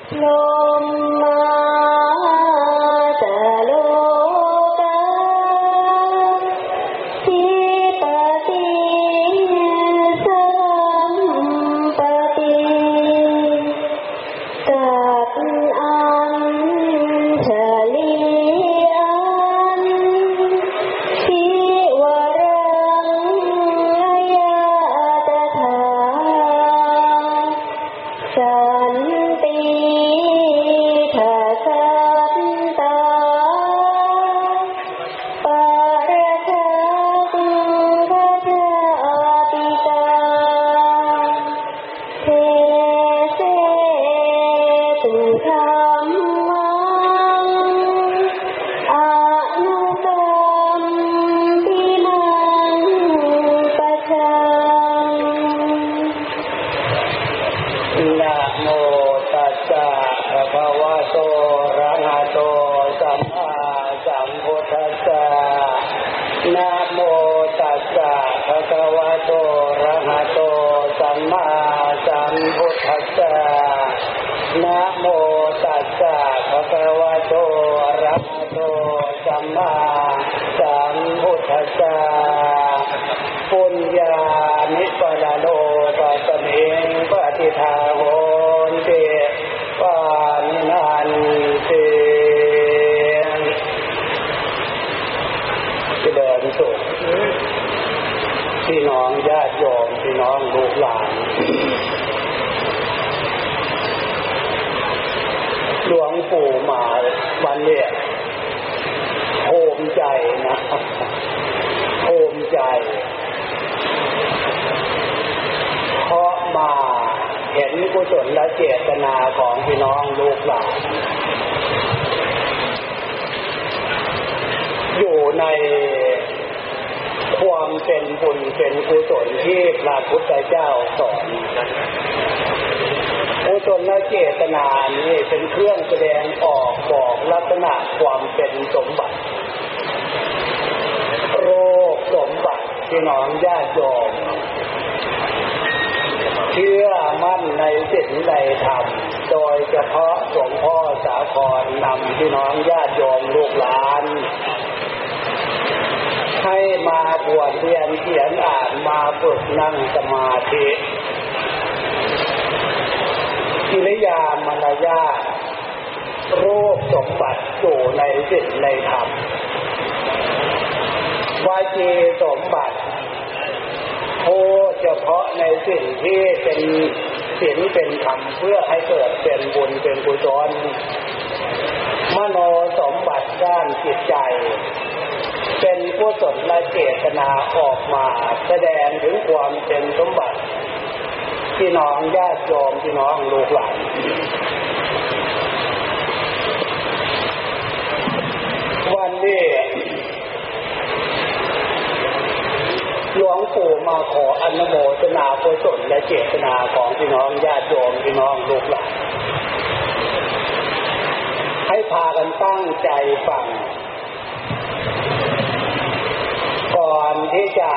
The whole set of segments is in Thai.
ลมมาจะโลกาทิปติสัมปติตัดอัญชลีอันทิวรังยาตถาสันติทัสสันตาปะระทังคัจฉาติกาเทเสตุธัมมังอนุกัมปิมังปัจจังนะโมตัสสะภะคะวะโตอะระหะโตสัมมาสัมพุทธัสสะนะโมตัสสะภะคะวะโตอะระหะโตสัมมาสัมพุทธัสสะนะโมตัสสะภะคะวะโตอะระหะโตสัมมาสัมพุทธัสสะปุญญานิปะโลกัสมิงปฏิทาโหนติปานินันติเจริญสุขพี่น้องญาติโยมพี่น้องลูกหลานหลวงปู่มาวันนี้ภูมิใจนะภูมิใจเพราะมาเห็นกุศลและเจตนาของพี่น้องลูกหลานอยู่ในความเป็นบุญเป็นกุศลที่พระพุทธเจ้าสอนกุศลและเจตนานี้เป็นเครื่องแสดงออกบอกลักษณะความเป็นสมบัติโรคสมบัติพี่น้องญาติโยมเชื่อมั่นในศีลในธรรมโดยเฉพาะหลวงพ่อสาครนำพี่น้องญาติโยมลูกหลานให้มาบวชเรียนเขียนอ่านมาฝึกนั่งสมาธิกิริยามารยาทรูปสมบัติอยู่ในศีลในธรรมวาจีสมบัติพูดเฉพาะในสิ่งที่เป็นศีลเป็นธรรมเพื่อให้เกิดเป็นบุญเป็นกุศลมโนสมบัติด้านจิตใจเป็นกุศลและเจตนาออกมาแสดงถึงความเป็นสมบัติพี่น้องญาติโยมพี่น้องลูกหลานวันนี้หลวงปู่มาขออนุโมทนากุศลและเจตนาของพี่น้องญาติโยมพี่น้องลูกหลานให้พากันตั้งใจฟังก่อนที่จะ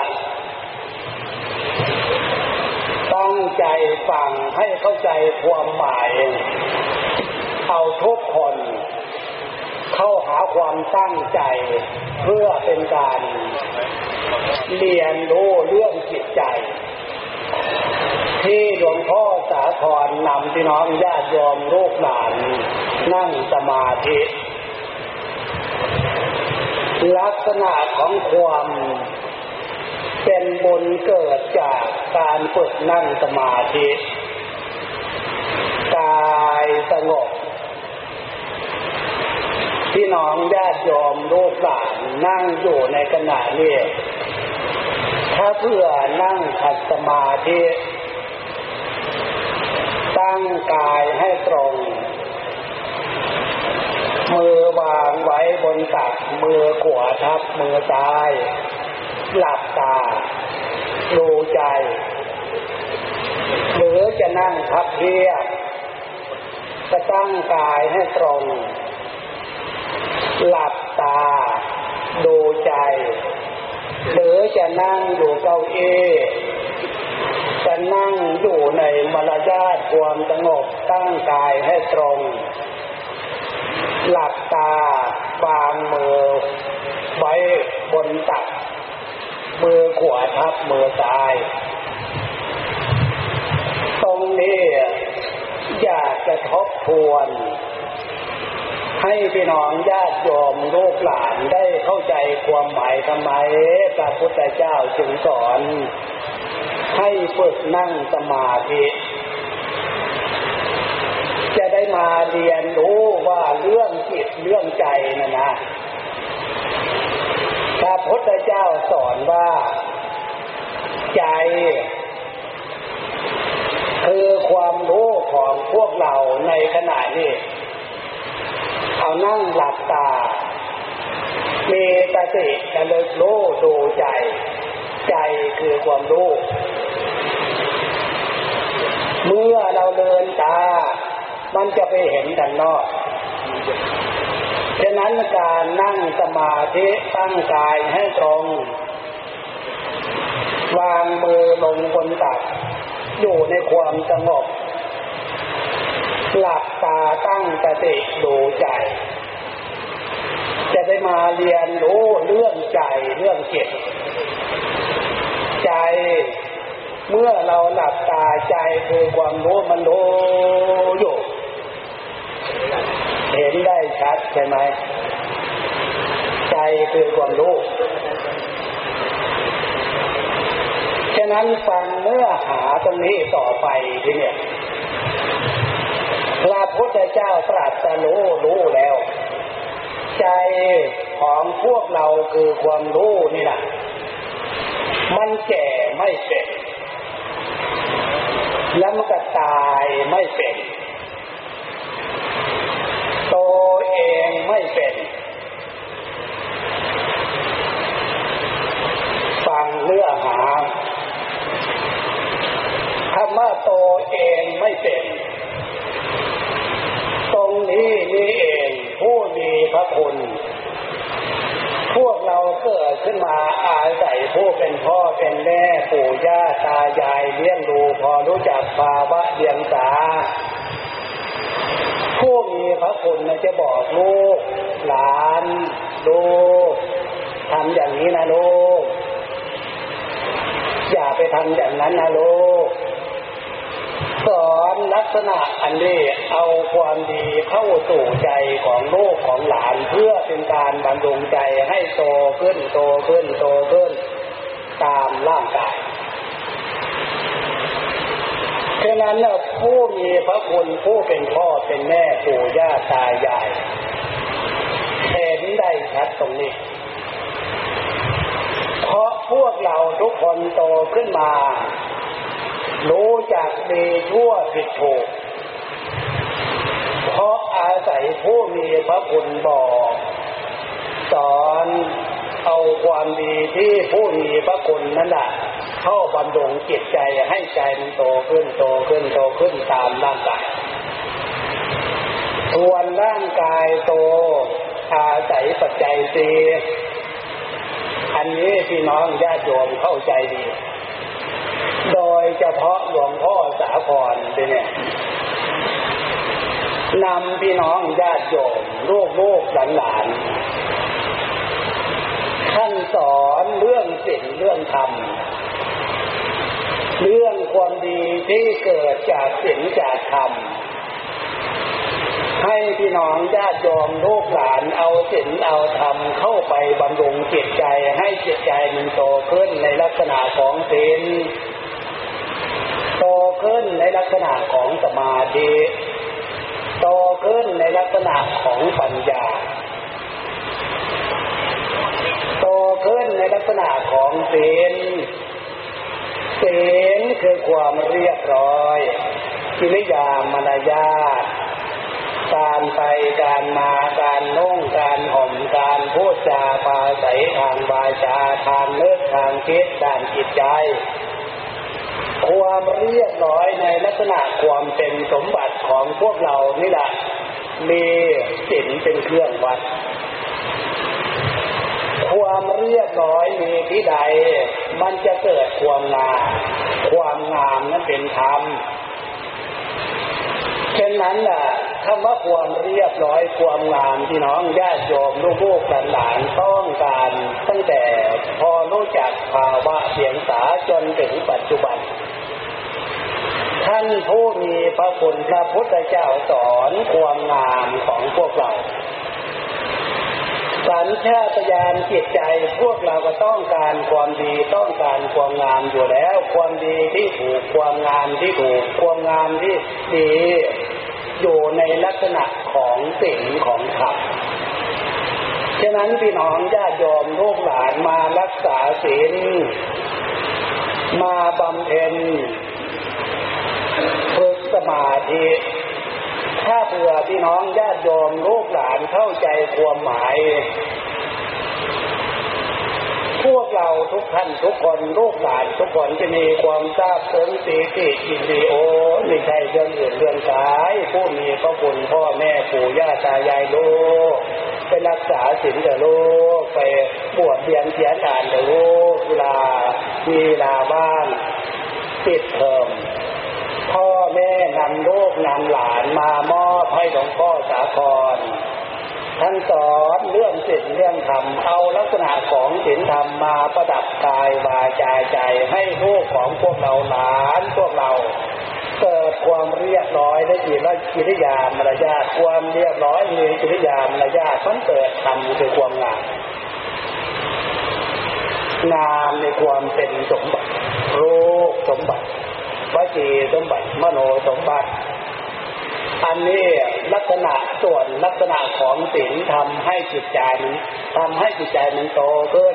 ตั้งใจฟังให้เข้าใจความหมายเอาทุกคนเข้าหาความตั้งใจเพื่อเป็นการเรียนรู้เรื่องจิตใจที่หลวงพ่อสาครนำพี่น้องญาติโยมลูกหลานนั่งสมาธิลักษณะของความเป็นบุญเกิดจากการฝึกนั่งสมาธิกายสงบพี่น้องญาติโยมลูกหลานนั่งอยู่ในขณะนี้ถ้าเพื่อนั่งขัดสมาธิตั้งกายให้ตรงมือวางไว้บนตักมือขวาทับมือซ้ายหลับตาดูใจหรือจะนั่งพับเพียบจะตั้งกายให้ตรงหลับตาดูใจหรือจะนั่งอยู่เก้าอี้จะนั่งอยู่ในมารยาทความสงบตั้งกายให้ตรงหลับตาวางมือไว้บนตักมือขวาทับมือซ้ายตรงนี้อยากจะทบทวนให้พี่น้องญาติโยมลูกหลานได้เข้าใจความหมายทำไมพระพุทธเจ้าจึงสอนให้ฝึกนั่งสมาธิจะได้มาเรียนรู้ว่าเรื่องจิตเรื่องใจนะพระพุทธเจ้าสอนว่าใจคือความรู้ของพวกเราในขณะนี้เอานั่งหลับตามีสติระลึกรู้ดูใจใจคือความรู้เมื่อเราเดินตามันจะไปเห็นด้านนอกฉะนั้นการนั่งสมาธิตั้งกายให้ตรงวางมือลงบนตักอยู่ในความสงบหลับตาตั้งสติดูใจจะได้มาเรียนรู้เรื่องใจเรื่องจิตใจเมื่อเราหลับตาใจคือความรู้มันรู้อยู่เห็นได้ชัดใช่ไหมใจคือความรู้ฉะนั้นฟังเนื้อหาตรงนี้ต่อไปทีเนี่ยพระพุทธเจ้าตรัสรู้แล้วใจของพวกเราคือความรู้นี่นะมันแก่ไม่เป็นแล้วมันก็ตายไม่เป็นโตเองไม่เป็นฟังเนื้อหาคำว่าโตเองไม่เป็นตรงนี้นี่เองผู้มีพระคุณพวกเราเกิดขึ้นมาอาศัยผู้เป็นพ่อเป็นแม่ปู่ย่าตายายเลี้ยงดูพอรู้จักภาวะเดียงสาผู้มีพระคุณจะบอกลูกหลานลูกทำอย่างนี้นะลูกอย่าไปทำอย่างนั้นนะลูกสอนลักษณะอันนี้เอาความดีเข้าสู่ใจของลูกของหลานเพื่อเป็นการบำรุงใจให้โตขึ้นตามร่างกายฉะนั้นผู้มีพระคุณผู้เป็นพ่อเป็นแม่ปู่ย่าตายายเห็นได้ชัดตรงนี้เพราะพวกเราทุกคนโตขึ้นมารู้จักดีชั่วผิดถูกเพราะอาศัยผู้มีพระคุณบอกสอนเอาความดีที่ผู้มีพระคุณนั่นแหละเข้าบำรุงจิตใจให้ใจมันโตขึ้นตามร่างกายส่วนร่างกายโตอาศัยปัจจัยสี่อันนี้พี่น้องญาติโยมเข้าใจดีโดยเฉพาะหลวงพ่อสาครเนี่ยนำพี่น้องญาติโยมลูกหลานท่านสอนเรื่องศีลเรื่องธรรมเรื่องความดีที่เกิดจากศีลจากธรรมให้พี่น้องญาติโยมลูกหลานเอาศีลเอาธรรมเข้าไปบำรุงจิตใจให้จิตใจมันโตขึ้นในลักษณะของศีลโตขึ้นในลักษณะของสมาธิโตขึ้นในลักษณะของปัญญาโตขึ้นในลักษณะของศีลคือความเรียบร้อยกิริยามารยาทการไปการมาการนุ่งการห่มการพูดจาปราศัยทางวาจาทางนึกทางคิดด้านจิตใจความเรียบร้อยในลักษณะความเป็นสมบัติของพวกเรานี่แหละมีศีลเป็นเครื่องวัดความเรียบร้อยมีที่ใดมันจะเกิดความงามความงามนั้นเป็นธรรมเช่นนั้นล่ะคำว่าความเรียบร้อยความงามที่น้องญาติโยมลูกๆหลานๆต้องการตั้งแต่พอรู้จักภาวะเสียงสาจนถึงปัจจุบันท่านผู้มีพระคุณพระพุทธเจ้าสอนความงามของพวกเราสัญชาตญาณจิตใจพวกเราก็ต้องการความดีต้องการความงามอยู่แล้วความดีที่ถูกความงามที่ถูกความงามที่ดีอยู่ในลักษณะของศีลของธรรมฉะนั้นพี่น้องญาติโยมลูกหลานมารักษาศีลมาบำเพ็ญฝึกสมาธิถ้าเผื่อพี่น้องญาติโยมลูกหลานเข้าใจความหมายพวกเราทุกท่านทุกคนลูกหลานทุกคนจะมีความทราบซึ้งปีติยินดีโอ้ไม่ใช่เรื่องอื่นเรื่องกายผู้มีพระคุณพ่อแม่ปู่ย่าตายายลูกไปรักษาศีลเถอะลูกไปบวชเรียนเขียนอ่านเถอะลูกเวลามีเวลาบ้างปิดเทอมพ่อแม่นำลูกนำหลานมามอบให้หลวงพ่อสาครท่านสอนเรื่องศีลเรื่องธรรมเอาลักษณะของศีลธรรมมาประดับกายวาจาใจให้ลูกของพวกเราหลานพวกเราเกิดความเรียบร้อยและกิริยามารยาทความเรียบร้อยมีกิริยามารยาทมันเกิดธรรมคือความงามงามในความเป็นสมบัติรูปสมบัติวจีสมบัติมโนสมบัติอันนี้ลักษณะส่วนลักษณะของศีลทำให้จิตใจมันโตขึ้น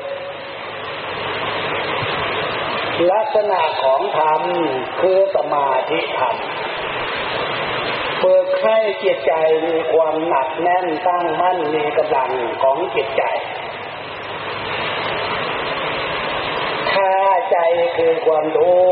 ลักษณะของธรรมคือสมาธิธรรมฝึกให้จิตใจมีความหนักแน่นตั้งมั่นมีกำลังของจิตใจถ้าใจคือความรู้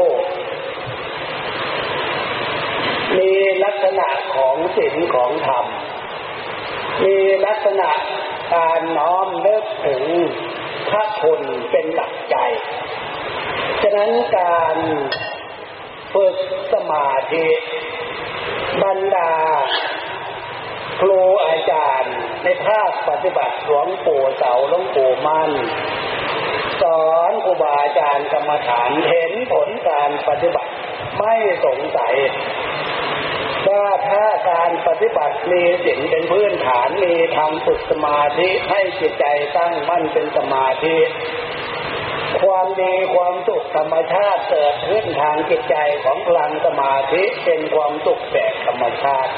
มีลักษณะของศีลของธรรมมีลักษณะการน้อมนึกถึงพระคุณเป็นหลักใจฉะนั้นการฝึกสมาธิบรรดาครูอาจารย์ในภาคปฏิบัติหลวงปู่เสาหลวงปู่มั่นสอนครูบาอาจารย์กรรมฐานเห็นผลการปฏิบัติไม่สงสัยว่าถ้าการปฏิบัติมีศีลเป็นพื้นฐานมีธรรมฝึกสมาธิให้จิตใจตั้งมั่นเป็นสมาธิความดีความสุขธรรมชาติเกิดขึ้นทางจิตใจของพลังสมาธิเป็นความสุขแบบธรรมชาติ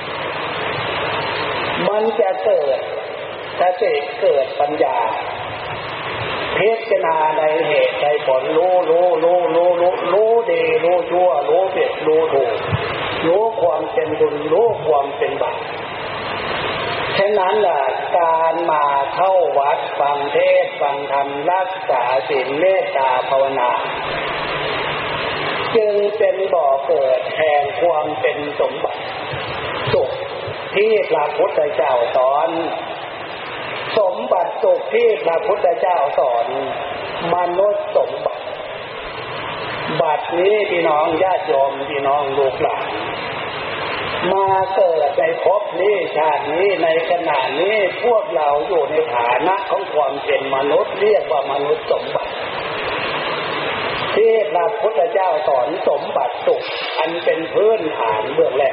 มันจะเกิดสติเกิดปัญญาพิจารณาในเหตุในผลรู้ดีรู้ชั่วรู้ผิดรู้ถูกรู้ความเป็นบุญรู้ความเป็นบาปฉะนั้นล่ะการมาเข้าวัดฟังเทศน์ฟังธรรมรักษาศีลเมตตาภาวนาจึงเป็นบ่อเกิดแห่งความเป็นสมบัติสุขที่พระพุทธเจ้าสอนสมบัติสุขที่พระพุทธเจ้าสอนมนุษย์สมบัติบัดนี้พี่น้องญาติโยมพี่น้องลูกหลานมาเกิดในภพนี้ชาตินี้ในขณะนี้พวกเราอยู่ในฐานะของความเป็นมนุษย์เรียกว่ามนุษย์สมบัติที่พระพุทธเจ้าสอนสมบัติสุขอันเป็นพื้นฐานเบื้องแรก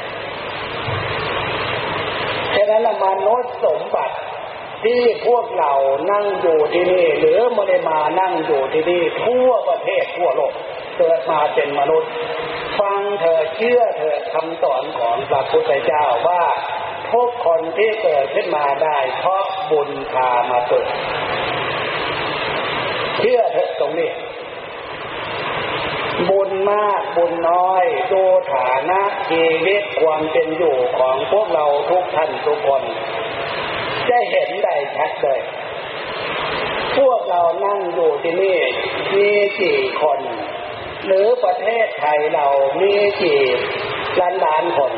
ฉะนั้นมนุษย์สมบัติที่พวกเรานั่งอยู่ที่นี่หรือไม่ได้มานั่งอยู่ที่นี่ทั่วประเทศทั่วโลกเกิดมาเป็นมนุษย์ฟังเธอเชื่อเธอคำสอนของพระพุทธเจ้าว่าทุกคนที่เกิดขึ้นมาได้เพราะบุญพามาเกิดเชื่อเธอตรงนี้บุญมากบุญน้อยดูฐานะชีวิตความเป็นอยู่ของพวกเราทุกท่านทุกคนจะเห็นได้ชัดเลยพวกเรานั่งอยู่ที่นี่มีกี่คนหรือประเทศไทยเรามีกี่ล้านคน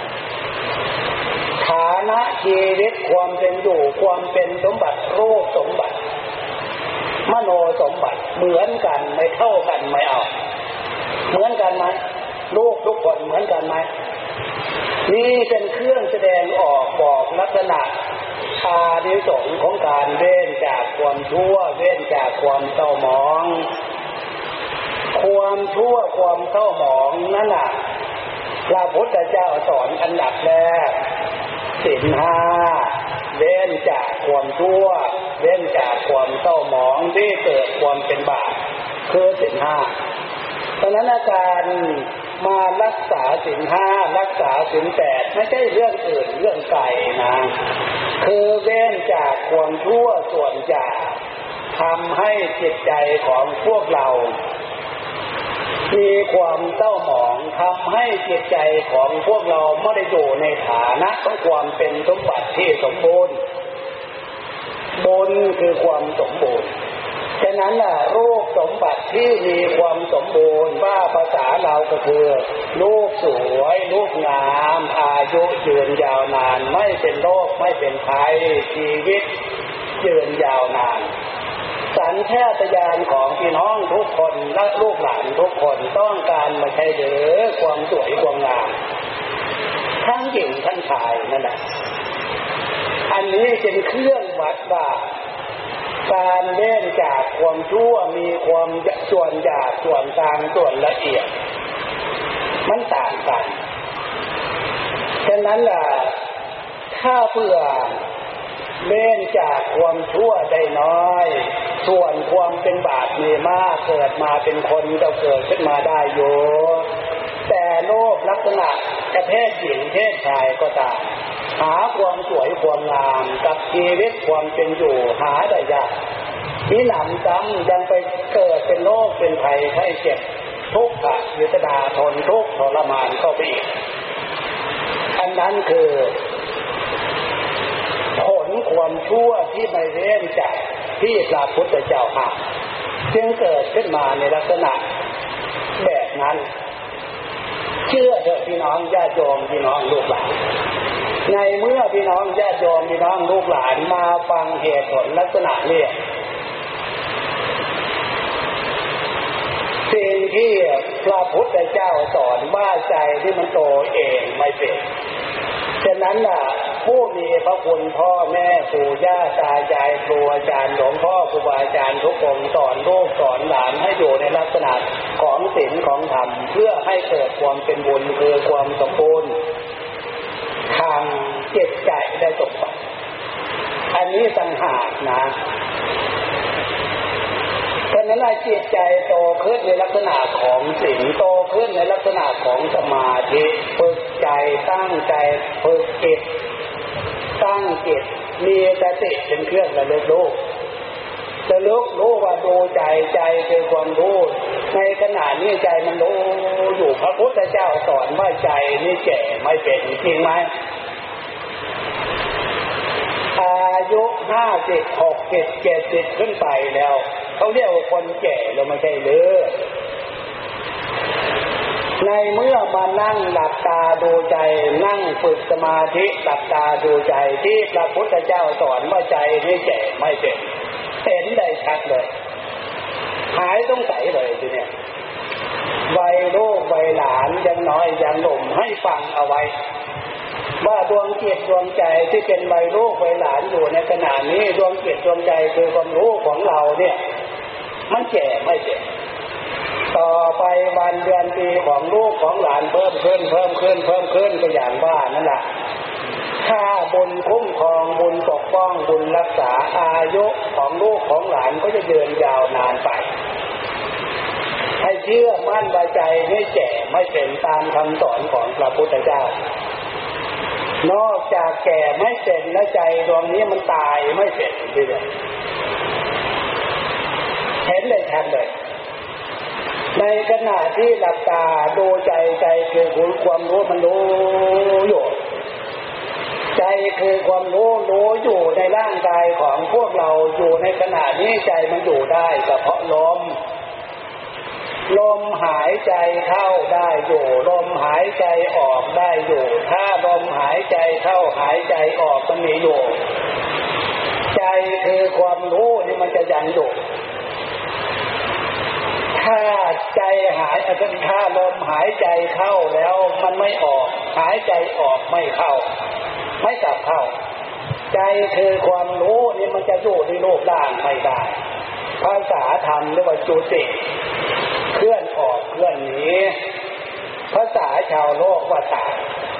ฐานะชีวิตความเป็นอยู่ความเป็นสมบัติรูปสมบัติมโนสมบัติเหมือนกันไม่เท่ากันไม่เอาเหมือนกันไหมลูกทุกคนเหมือนกันไหมนี่เป็นเครื่องแสดงออกบอกลักษณะอานิสงส์ของการเว้นจากความชั่วเว้นจากความเศร้าหมองความชั่วความเศร้าหมองนั่นน่ะพระพุทธเจ้าสอนอันดับแรกศีลห้าเว้นจากความชั่วเว้นจากความเศร้าหมองที่เกิดความเป็นบาปคือศีลห้าเพราะนั้นอาการมารักษาศีลห้ารักษาศีลแปดไม่ใช่เรื่องอื่นเรื่องไกลนะคือเว้นจากความชั่วส่วนหยาบทำให้จิตใจของพวกเรามีความเศร้าหมองทำให้จิตใจของพวกเราไม่ได้อยู่ในฐานะของความเป็นสมบัติที่สมบูรณ์บุญคือความสมบูรณ์ฉะนั้นรูปสมบัติที่มีความสมบูรณ์ว่าภาษาเราก็คือรูปสวยรูปงามอายุยืนยาวนานไม่เป็นโรคไม่เป็นภัยชีวิตยืนยาวนานสัญชาตญาณของพี่น้องทุกคนและลูกหลานทุกคนต้องการมาใช้หรือความสวยความงามทั้งหญิงทั้งชายนั่นแหละอันนี้เป็นเครื่องวัดว่าการเล่นจากความชั่วมีความส่วนหยาบส่วนกลางส่วนละเอียดมันต่างกันฉะนั้นถ้าเพื่อเล่นจากความชั่วได้น้อยส่วนความเป็นบาปมีมากเกิดมาเป็นคนจะเกิดขึ้นมาได้อยู่แต่โลกลักษณะจะเพศหญิงเพศชายก็ตามหาความสวยความงามกับชีวิตความเป็นอยู่หาได้ยากที่หนำซ้ำยังไปเกิดเป็นโรคเป็นภัยไข้เจ็บทุกข์ยุตดาทนทุกข์ทรมานเข้าไปอีกอันนั้นคือผลความชั่วที่ไม่เว้นจากที่พระพุทธเจ้าห้ามจึงเกิดขึ้นมาในลักษณะแบบนั้นเชื่อเถอะพี่น้องญาติโยมพี่น้องลูกหลานในเมื่อพี่น้องญาติโยมพี่น้องลูกหลานมาฟังเหตุผลลักษณะนี้สิ่งที่พระพุทธเจ้าสอนว่าใจที่มันโตเองไม่เป็นฉะนั้นผู้มีพระคุณพ่อแม่ปู่ย่าตายายครูอาจารย์หลวงพ่อครูบาอาจารย์ทุกองค์สอนลูกสอนหลานให้อยู่ในลักษณะของศีลของธรรมเพื่อให้เกิดความเป็นบุญคือความสมบูรณ์ทางจิตใจได้สมบัติอันนี้ต่างหากนะฉะนั้นจิตใจโตขึ้นในลักษณะของศีลโตขึ้นในลักษณะของสมาธิฝึกใจตั้งใจฝึกจิตตั้งจิตมีสติเป็นเครื่องระลึกรู้ระลึกรู้ว่าดูใจใจเป็นความรู้ในขณะนี้ใจมันรู้อยู่พระพุทธเจ้าสอนว่าใจนี่แก่ไม่เป็นจริงไหมอายุ50 60 70ขึ้นไปแล้วเขาเรียกว่าคนแก่เราไม่ใช่หรือในเมื่อมานั่งหลับตาดูใจนั่งฝึกสมาธิหลับตาดูใจที่พระพุทธเจ้าสอนว่าใจนี่แก่ไม่เป็นเห็นได้ชัดเลยหายสงสัยเลยทีเนี้ยวัยลูกวัยหลานยังน้อยยังหนุ่มให้ฟังเอาไว้ว่าดวงจิตดวงใจที่เป็นวัยลูกวัยหลานอยู่ในขณะนี้ดวงจิตดวงใจคือความรู้ของเราเนี่ยมันแก่ไม่เป็นต่อไปวันเดือนปีของลูกของหลานเพิ่มขึ้นก็อย่างว่านั่นแหละถ้าบุญคุ้มครองบุญปกป้องบุญรักษาอายุของลูกของหลานก็จะยืนยาวนานไปให้เชื่อมั่นว่าใจไม่แก่ไม่เป็นตามคำสอนของพระพุทธเจ้านอกจากแก่ไม่เป็นและใจดวงนี้มันตายไม่เป็นด้วยเห็นเลยชัดเลยในขณะที่หลับตาดูใจใจคือความรู้มันรู้อยู่ใจคือความรู้อยู่ในร่างกายของพวกเราอยู่ในขณะนี้ใจมันอยู่ได้ก็เพราะลมหายใจเข้าได้อยู่ลมหายใจออกได้อยู่ถ้าลมหายใจเข้าหายใจออกมันมีอยู่ใจคือความรู้นี่มันจะยังอยู่ถถ้าใจหายถ้าลมหายใจเข้าแล้วมันไม่ออกหายใจออกไม่เข้าไม่กลับเข้าใจคือความรู้นี่มันจะอยู่ในโลกด้านไม่ได้ภาษาธรรมเรียกว่าจุติเคลื่อนออกเคลื่อนหนีภาษาชาวโลกว่าตาย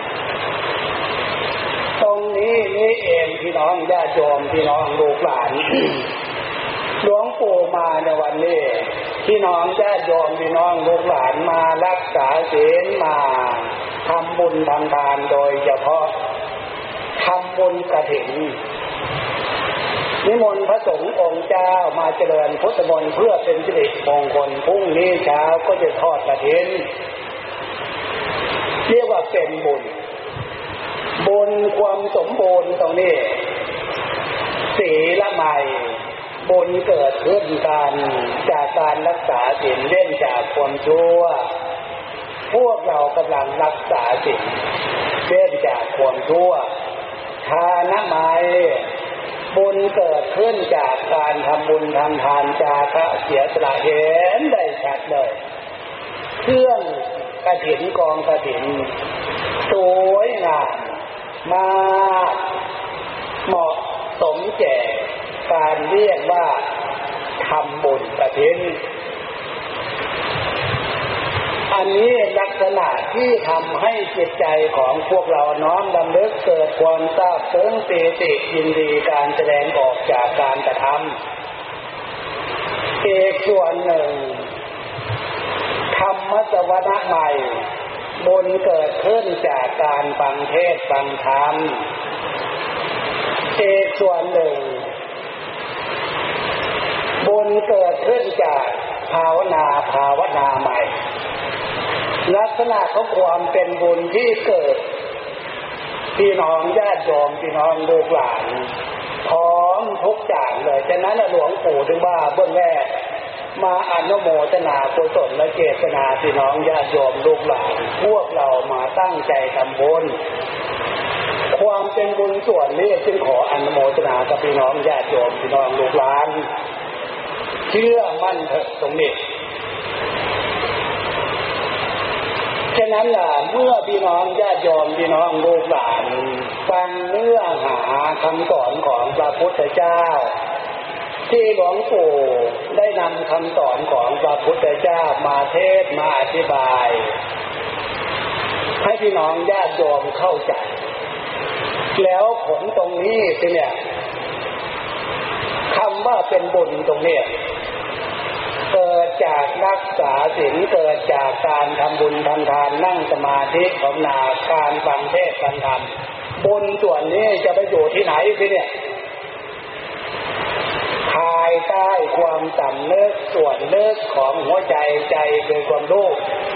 ตรงนี้นี่เองพี่น้องญาติโยมพี่น้องลูกหลาน หลวงปู่มาในวันนี้พี่น้องญาติโยมพี่น้องลูกหลานมารักษาศีลมาทำบุญทำทานโดยเฉพาะทำบุญกฐินนิมนต์พระสงฆ์องค์เจ้ามาเจริญพุทธมนต์เพื่อเป็นสิริมงคลพรุ่งนี้เช้าก็จะทอดกฐินเรียกว่าเป็นบุญความสมบูรณ์ตรงนี้ศีลใหม่บุญเกิดขึ้นกันจากการรักษาศีลเว้นจากความชั่วพวกเรากำลังรักษาศีลเว้นจากความชั่วทานใหม่บุญเกิดขึ้นจากการทำบุญทำทานจาคะเสียสละเห็นได้ชัดเลยเครื่องกฐินกองกฐินสวยงามมากเหมาะสมแก่การเรียกว่าทำบุญกฐินอันนี้ลักษณะที่ทำให้จิตใจของพวกเราน้อมรำลึกเกิดความซาบซึ้งปีติยินดีการแสดงออกจากการกระทำอีกส่วนหนึ่งธรรมสวนะใหม่บุญเกิดขึ้นจากการฟังเทศน์ฟังธรรมอีกส่วนหนึ่งบุญเกิดขึ้นจากภาวนาใหม่ลักษณะของความเป็นบุญที่เกิดพี่น้องญาติโยมพี่น้องลูกหลานพร้อมทุกอย่างเลยฉะนั้นหลวงปู่ถึงว่าเบื้องแรกมาอนุโมทนากุศลและเจตนาพี่น้องญาติโยมลูกหลานพวกเรามาตั้งใจทำบุญความเป็นบุญส่วนนี้จึงขออนุโมทนากับพี่น้องญาติโยมพี่น้องลูกหลานเชื่อมั่นเถิดตรงนี้ฉะนั้นล่ะเมื่อพี่น้องญาติโยมพี่น้องลูกหลานฟังเนื้อหาคำสอนของพระพุทธเจ้าที่หลวงปู่ได้นำคำสอนของพระพุทธเจ้ามาเทศน์มาอธิบายให้พี่น้องญาติโยมเข้าใจแล้วผลตรงนี้สิเนี่ยคำว่าเป็นบุญตรงนี้เกิดจากรักษาศีลเกิดจากการทำบุญทำทานนั่งสมาธิภาวนาการฟังเทศน์ฟังธรรมบุญส่วนนี้จะไปอยู่ที่ไหนสิเนี่ยภายใต้ความสำนึกส่วนลึกของหัวใจใจคือความรู้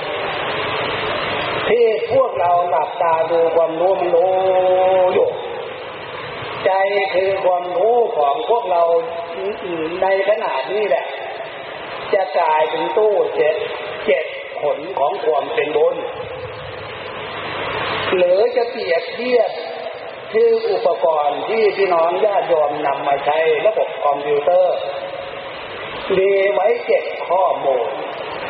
ที่พวกเราหลับตาดูความรู้มันรู้อยู่ใจคือความรู้ของพวกเราในขณะนี้แหละจะกลายเป็นตู้เจ็ดผลของความเป็นบุญหรือจะเปรียบเทียบคืออุปกรณ์ที่พี่น้องญาติโยมนำมาใช้ระบบคอมพิวเตอร์มีไว้เก็บข้อมูล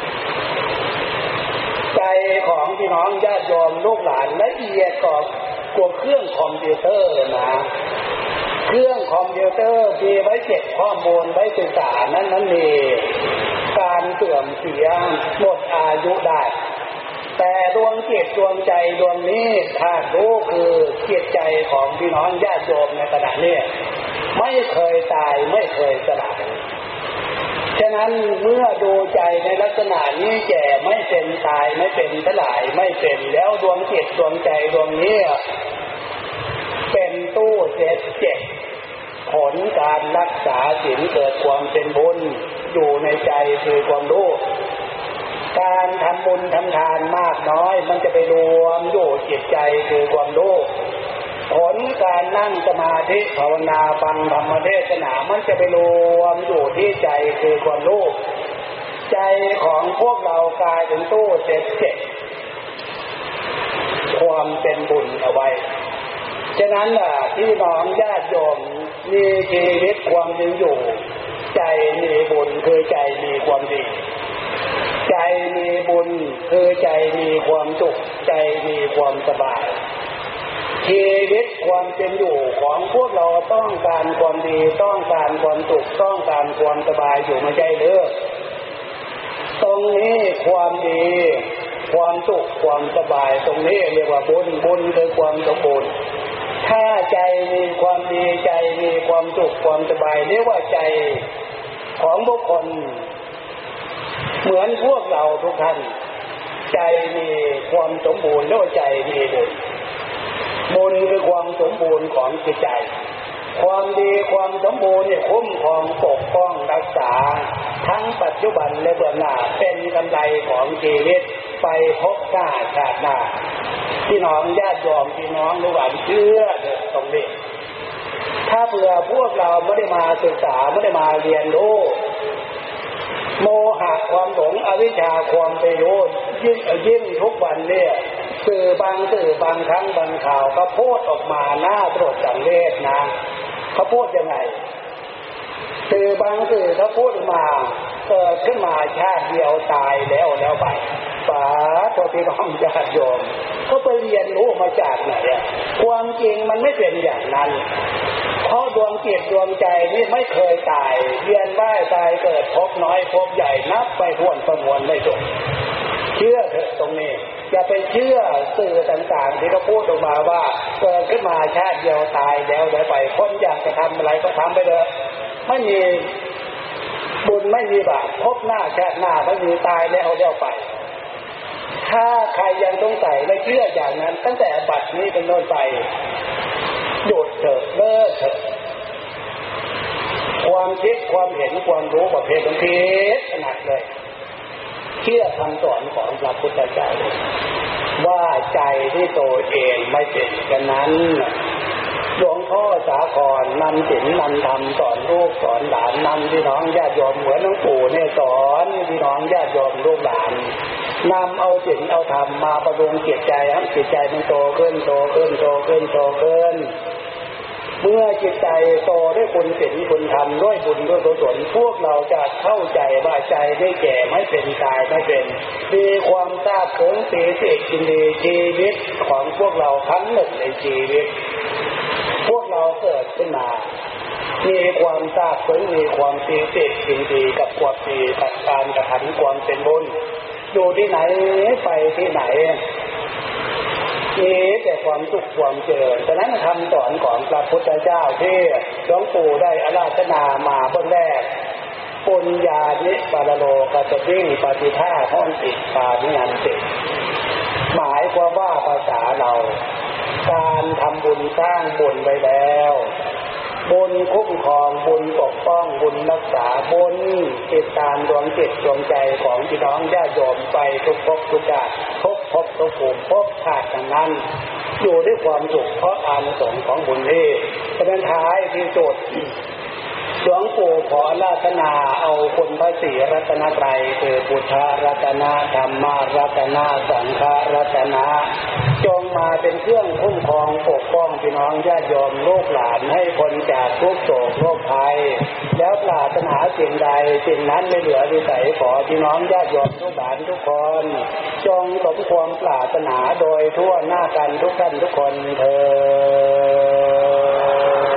ใจของพี่น้องญาติโยมลูกหลานละเอียดกว่าเครื่องคอมพิวเตอร์นะเครื่องคอมพิวเตอร์มีไว้เก็บข้อมูลไว้ศึกษานั้นมีการเสื่อมเสียหมดอายุได้แต่ดวงจิตดวงใจดวงนี้ถ้ารู้คือจิตใจของพี่น้องญาติโยมในขณะนี้ไม่เคยตายไม่เคยสลายฉะนั้นเมื่อดูใจในลักษณะนี้แก่ไม่เป็นตายไม่เป็นสลายไม่เป็นแล้วดวงจิตดวงใจดวงนี้เป็นตู้เจ็ดผลการรักษาศีลเกิดความเป็นบุญอยู่ในใจคือความรู้การทำบุญทำทานมากน้อยมันจะไปรวมอยู่จิตใจคือความรู้ผลการนั่งสมาธิภาวนาฟังธรรมเทศนามันจะไปรวมอยู่ที่ใจคือความรู้ใจของพวกเรากลายเป็นตู้เจ็ดความเป็นบุญเอาไว้ฉะนั้นล่ะพี่น้องญาติโยมมีชีวิตความเป็นอยู่ใจมีบุญคือใจมีความดีใจมีบุญคือใจมีความสุขใจมีความสบายชีวิตความเป็นอยู่ของพวกเราต้องการความดีต้องการความสุขต้องการความสบายอยู่ไม่ใช่หรือตรงนี้ความดีความสุขความสบายตรงนี้เรียกว่าบุญคือความสมบูรณ์ถ้าใจมีความดีใจมีความสุขความสบายเรียกว่าใจของบุคคลเหมือนพวกเราทุกท่านใจมีความสมบูรณ์ด้วยใจมีบุญคือความสมบูรณ์ของจิตใจความดีความสมบูรณ์เนี่ยคุ้มครองปกป้องรักษาทั้งปัจจุบันและเบื้องหน้าเป็นกำไรของชีวิตไปพบหน้าชาติหน้าพี่น้องญาติโยมพี่น้องลูกหลานเชื่อตรงนี้ถ้าเผื่อพวกเราไม่ได้มาศึกษาไม่ได้มาเรียนรู้โมหะความหลงอวิชชาความไปโยนยิ่งทุกวันเนี่ยสื่อบางครั้งบางข่าวก็พูดออกมาหน้าตรวจสังเวชนะเขาพูดยังไงสื่อบางสื่อเขาพูดมาเกิดขึ้นมาชาติเดียวตายแล้วไปป๋าตัวพี่น้องญาติโยมเขาไปเรียนรู้มาจากไหนความจริงมันไม่เป็นอย่างนั้นเพราะดวงจิตดวงใจนี่ไม่เคยตายเวียนว่ายตายเกิดพบน้อยพบใหญ่นับไปถ้วนประมวลไม่จบเชื่อเถอะตรงนี้อย่าไปเชื่อสื่อต่างๆที่เขาพูดออกมาว่าเกิดขึ้นมาชาติเดียวตายแล้วไปคนอยากจะทำอะไรก็ทำไปเลยไม่มีบุญไม่มีบาปพบหน้าชาติหน้าไม่มีตายแล้วไปถ้าใครยังสงสัยไม่เชื่ออย่างนั้นตั้งแต่บัดนี้เป็นต้นไปหยุดเถอะเลิกเถอะความคิดความเห็นความรู้ประเภทของผิดขนาดเลยเชื่อคำสอนของพระพุทธเจ้าว่าใจที่ตัวเองไม่เป็นกันนั้นหลวงพ่อสาครนำศีลนำธรรมสอนลูกสอนหลานนำพี่น้องญาติโยมเหมือนหลวงปู่เนี่ยสอนพี่น้องญาติโยมลูกหลานนำเอาศีลเอาธรรมมาประดุงจิตใจให้จิตใจมันโตขึ้นเมื่อจิตใจโตด้วยบุญศีลบุญธรรมด้วยบุญด้วยกุศลพวกเราจะเข้าใจว่าใจไม่แก่ไม่เป็นตายไม่เป็นมีความทราบซึ้งปีติยินดีชีวิตของพวกเราทั้งหมดในชีวิตพวกเราเกิดขึ้นมามีความทราบซึ้งมีความปีติยินดีกับความดีกับการกระทำความเป็นบุญอยู่ที่ไหนไปที่ไหนมีแต่ความสุขความเจริญฉะนั้นคำสอนของพระพุทธเจ้าที่หลวงปู่ได้อาราธนามาเบื้องแรกปุญญานิปาโลกัสวิ่งปฏิฆาห้อนติปานิยันติหมายความว่าภาษาเราการทำบุญสร้างบุญไว้แล้วบุญคุ้มครองบุญปกป้องบุญรักษาบุญติดตามดวงจิตดวงใจของพี่น้องญาติโยมไปทุกภพทุกชาติทุกภูมิภพชาติทั้งนั้นอยู่ด้วยความสุขเพราะอานิสงส์ของบุญนี้เป็นท้ายที่สุดหลวงปู่ขออาราธนาเอาคุณพระศรีรัตนตรัยคือพุทธรัตนะธรรมรัตนะสังฆรัตนะจงมาเป็นเครื่องคุ้มครองปกป้องพี่น้องญาติโยมลูกหลานให้พ้นจากทุกโศกโรคภัยแล้วปรารถนาสิ่งใดสิ่งนั้นไม่เหลือวิสัยขอพี่น้องญาติโยมลูกหลานทุกคนจงสมความปรารถนาโดยทั่วหน้ากันทุกท่านทุกคนเถิด